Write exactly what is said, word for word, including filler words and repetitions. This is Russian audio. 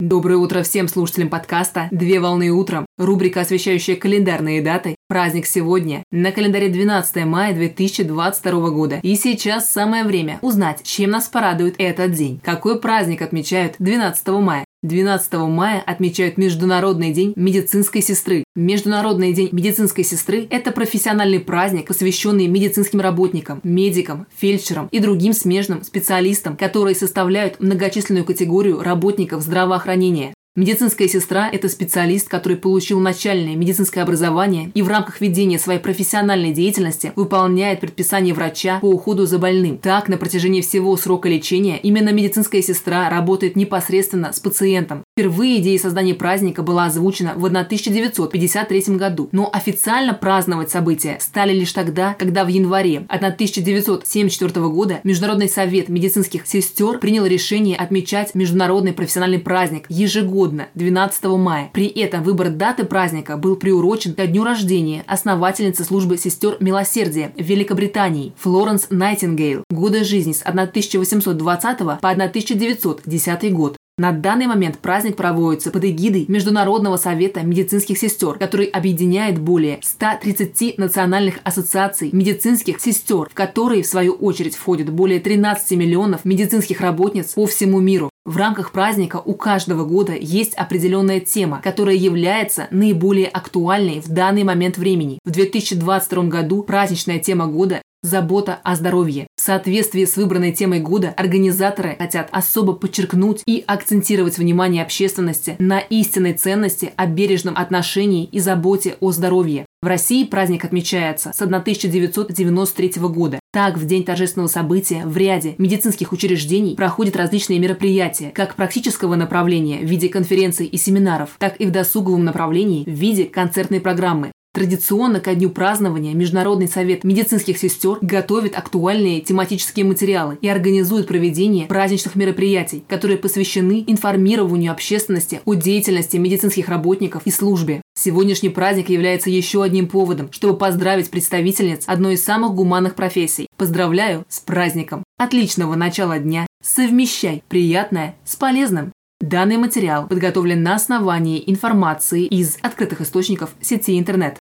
Доброе утро всем слушателям подкаста «Две волны утром». Рубрика, освещающая календарные даты. Праздник сегодня. На календаре двенадцатое мая две тысячи двадцать второго года. И сейчас самое время узнать, чем нас порадует этот день. Какой праздник отмечают двенадцатого мая? двенадцатого мая отмечают Международный день медицинской сестры. Международный день медицинской сестры – это профессиональный праздник, посвященный медицинским работникам, медикам, фельдшерам и другим смежным специалистам, которые составляют многочисленную категорию работников здравоохранения. Медицинская сестра – это специалист, который получил начальное медицинское образование и в рамках ведения своей профессиональной деятельности выполняет предписания врача по уходу за больным. Так, на протяжении всего срока лечения именно медицинская сестра работает непосредственно с пациентом. Впервые идея создания праздника была озвучена в тысяча девятьсот пятьдесят третьем году, но официально праздновать события стали лишь тогда, когда в январе тысяча девятьсот семьдесят четвёртого года Международный совет медицинских сестер принял решение отмечать международный профессиональный праздник ежегодно двенадцатого мая. При этом выбор даты праздника был приурочен ко дню рождения основательницы службы сестер милосердия в Великобритании Флоренс Найтингейл. Годы жизни с тысяча восемьсот двадцатого по тысяча девятьсот десятый год. На данный момент праздник проводится под эгидой Международного совета медицинских сестер, который объединяет более ста тридцати национальных ассоциаций медицинских сестер, в которые, в свою очередь, входят более тринадцати миллионов медицинских работниц по всему миру. В рамках праздника у каждого года есть определенная тема, которая является наиболее актуальной в данный момент времени. В две тысячи двадцать втором году праздничная тема года – забота о здоровье. В соответствии с выбранной темой года организаторы хотят особо подчеркнуть и акцентировать внимание общественности на истинной ценности о бережном отношении и заботе о здоровье. В России праздник отмечается с тысяча девятьсот девяносто третьего года. Так, в день торжественного события в ряде медицинских учреждений проходят различные мероприятия, как практического направления в виде конференций и семинаров, так и в досуговом направлении в виде концертной программы. Традиционно ко дню празднования Международный совет медицинских сестер готовит актуальные тематические материалы и организует проведение праздничных мероприятий, которые посвящены информированию общественности о деятельности медицинских работников и службе. Сегодняшний праздник является еще одним поводом, чтобы поздравить представительниц одной из самых гуманных профессий. Поздравляю с праздником! Отличного начала дня! Совмещай приятное с полезным! Данный материал подготовлен на основании информации из открытых источников сети интернет.